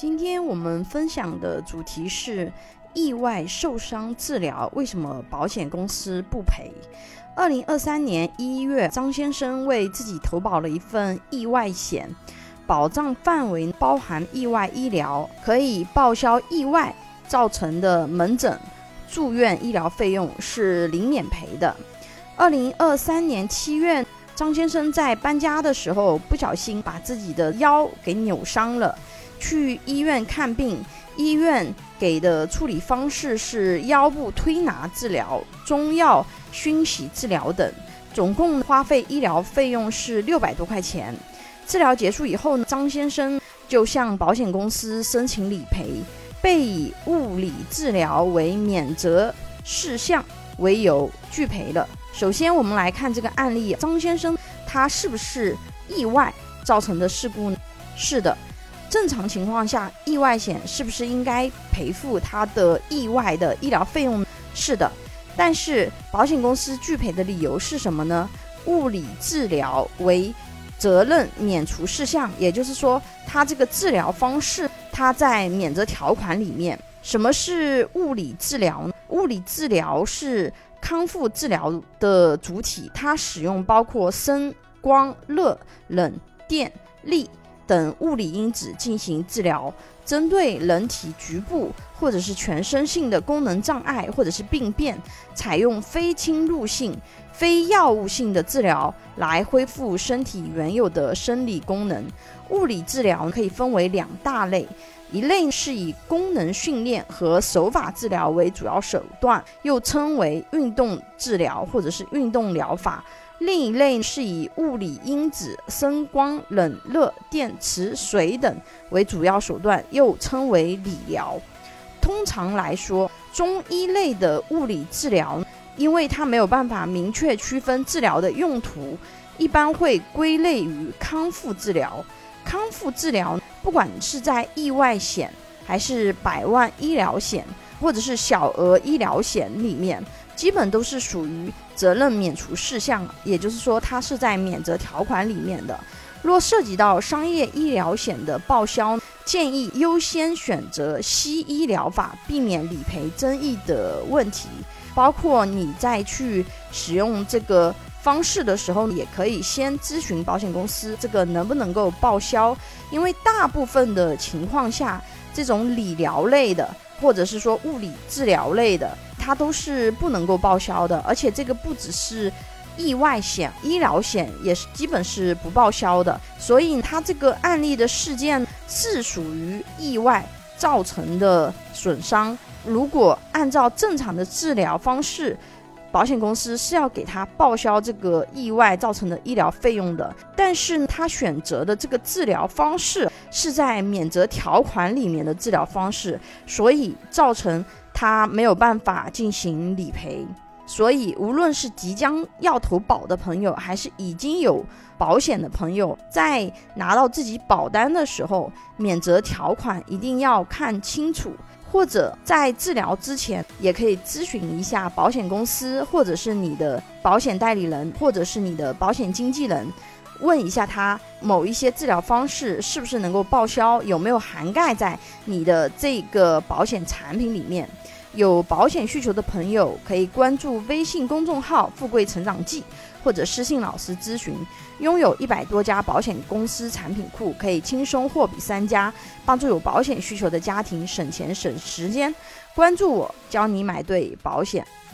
今天我们分享的主题是意外受伤治疗，为什么保险公司不赔？2023年1月，张先生为自己投保了一份意外险，保障范围包含意外医疗，可以报销意外造成的门诊、住院医疗费用是零免赔的。2023年7月，张先生在搬家的时候不小心把自己的腰给扭伤了，去医院看病，医院给的处理方式是腰部推拿治疗、中药熏洗治疗等，总共花费医疗费用是600多块钱。治疗结束以后，张先生就向保险公司申请理赔，被以物理治疗为免责事项为由拒赔了。首先我们来看这个案例，张先生他是不是意外造成的事故呢？是的，正常情况下，意外险是不是应该赔付他的意外的医疗费用？是的，但是保险公司拒赔的理由是什么呢？物理治疗为责任免除事项，也就是说，他这个治疗方式，他在免责条款里面。什么是物理治疗呢？物理治疗是康复治疗的主体，它使用包括声、光、热、冷、电、力等物理因子进行治疗，针对人体局部或者是全身性的功能障碍或者是病变，采用非侵入性、非药物性的治疗来恢复身体原有的生理功能。物理治疗可以分为2大类，一类是以功能训练和手法治疗为主要手段，又称为运动治疗或者是运动疗法。另一类是以物理因子、声、光、冷、热、电、磁、水等为主要手段，又称为理疗。通常来说，中医类的物理治疗，因为它没有办法明确区分治疗的用途，一般会归类于康复治疗。康复治疗不管是在意外险还是100万医疗险或者是小额医疗险里面，基本都是属于责任免除事项，也就是说它是在免责条款里面的。若涉及到商业医疗险的报销，建议优先选择西医疗法，避免理赔争议的问题。包括你在去使用这个方式的时候，也可以先咨询保险公司这个能不能够报销，因为大部分的情况下，这种理疗类的或者是说物理治疗类的，它都是不能够报销的，而且这个不只是意外险，医疗险也是基本是不报销的。所以它这个案例的事件是属于意外造成的损伤，如果按照正常的治疗方式，保险公司是要给他报销这个意外造成的医疗费用的，但是他选择的这个治疗方式是在免责条款里面的治疗方式，所以造成他没有办法进行理赔。所以无论是即将要投保的朋友，还是已经有保险的朋友，在拿到自己保单的时候，免责条款一定要看清楚，或者在治疗之前也可以咨询一下保险公司，或者是你的保险代理人，或者是你的保险经纪人，问一下他某一些治疗方式是不是能够报销，有没有涵盖在你的这个保险产品里面。有保险需求的朋友可以关注微信公众号富贵成长记，或者私信老师咨询。拥有100多家保险公司产品库，可以轻松货比3家，帮助有保险需求的家庭省钱省时间。关注我，教你买对保险。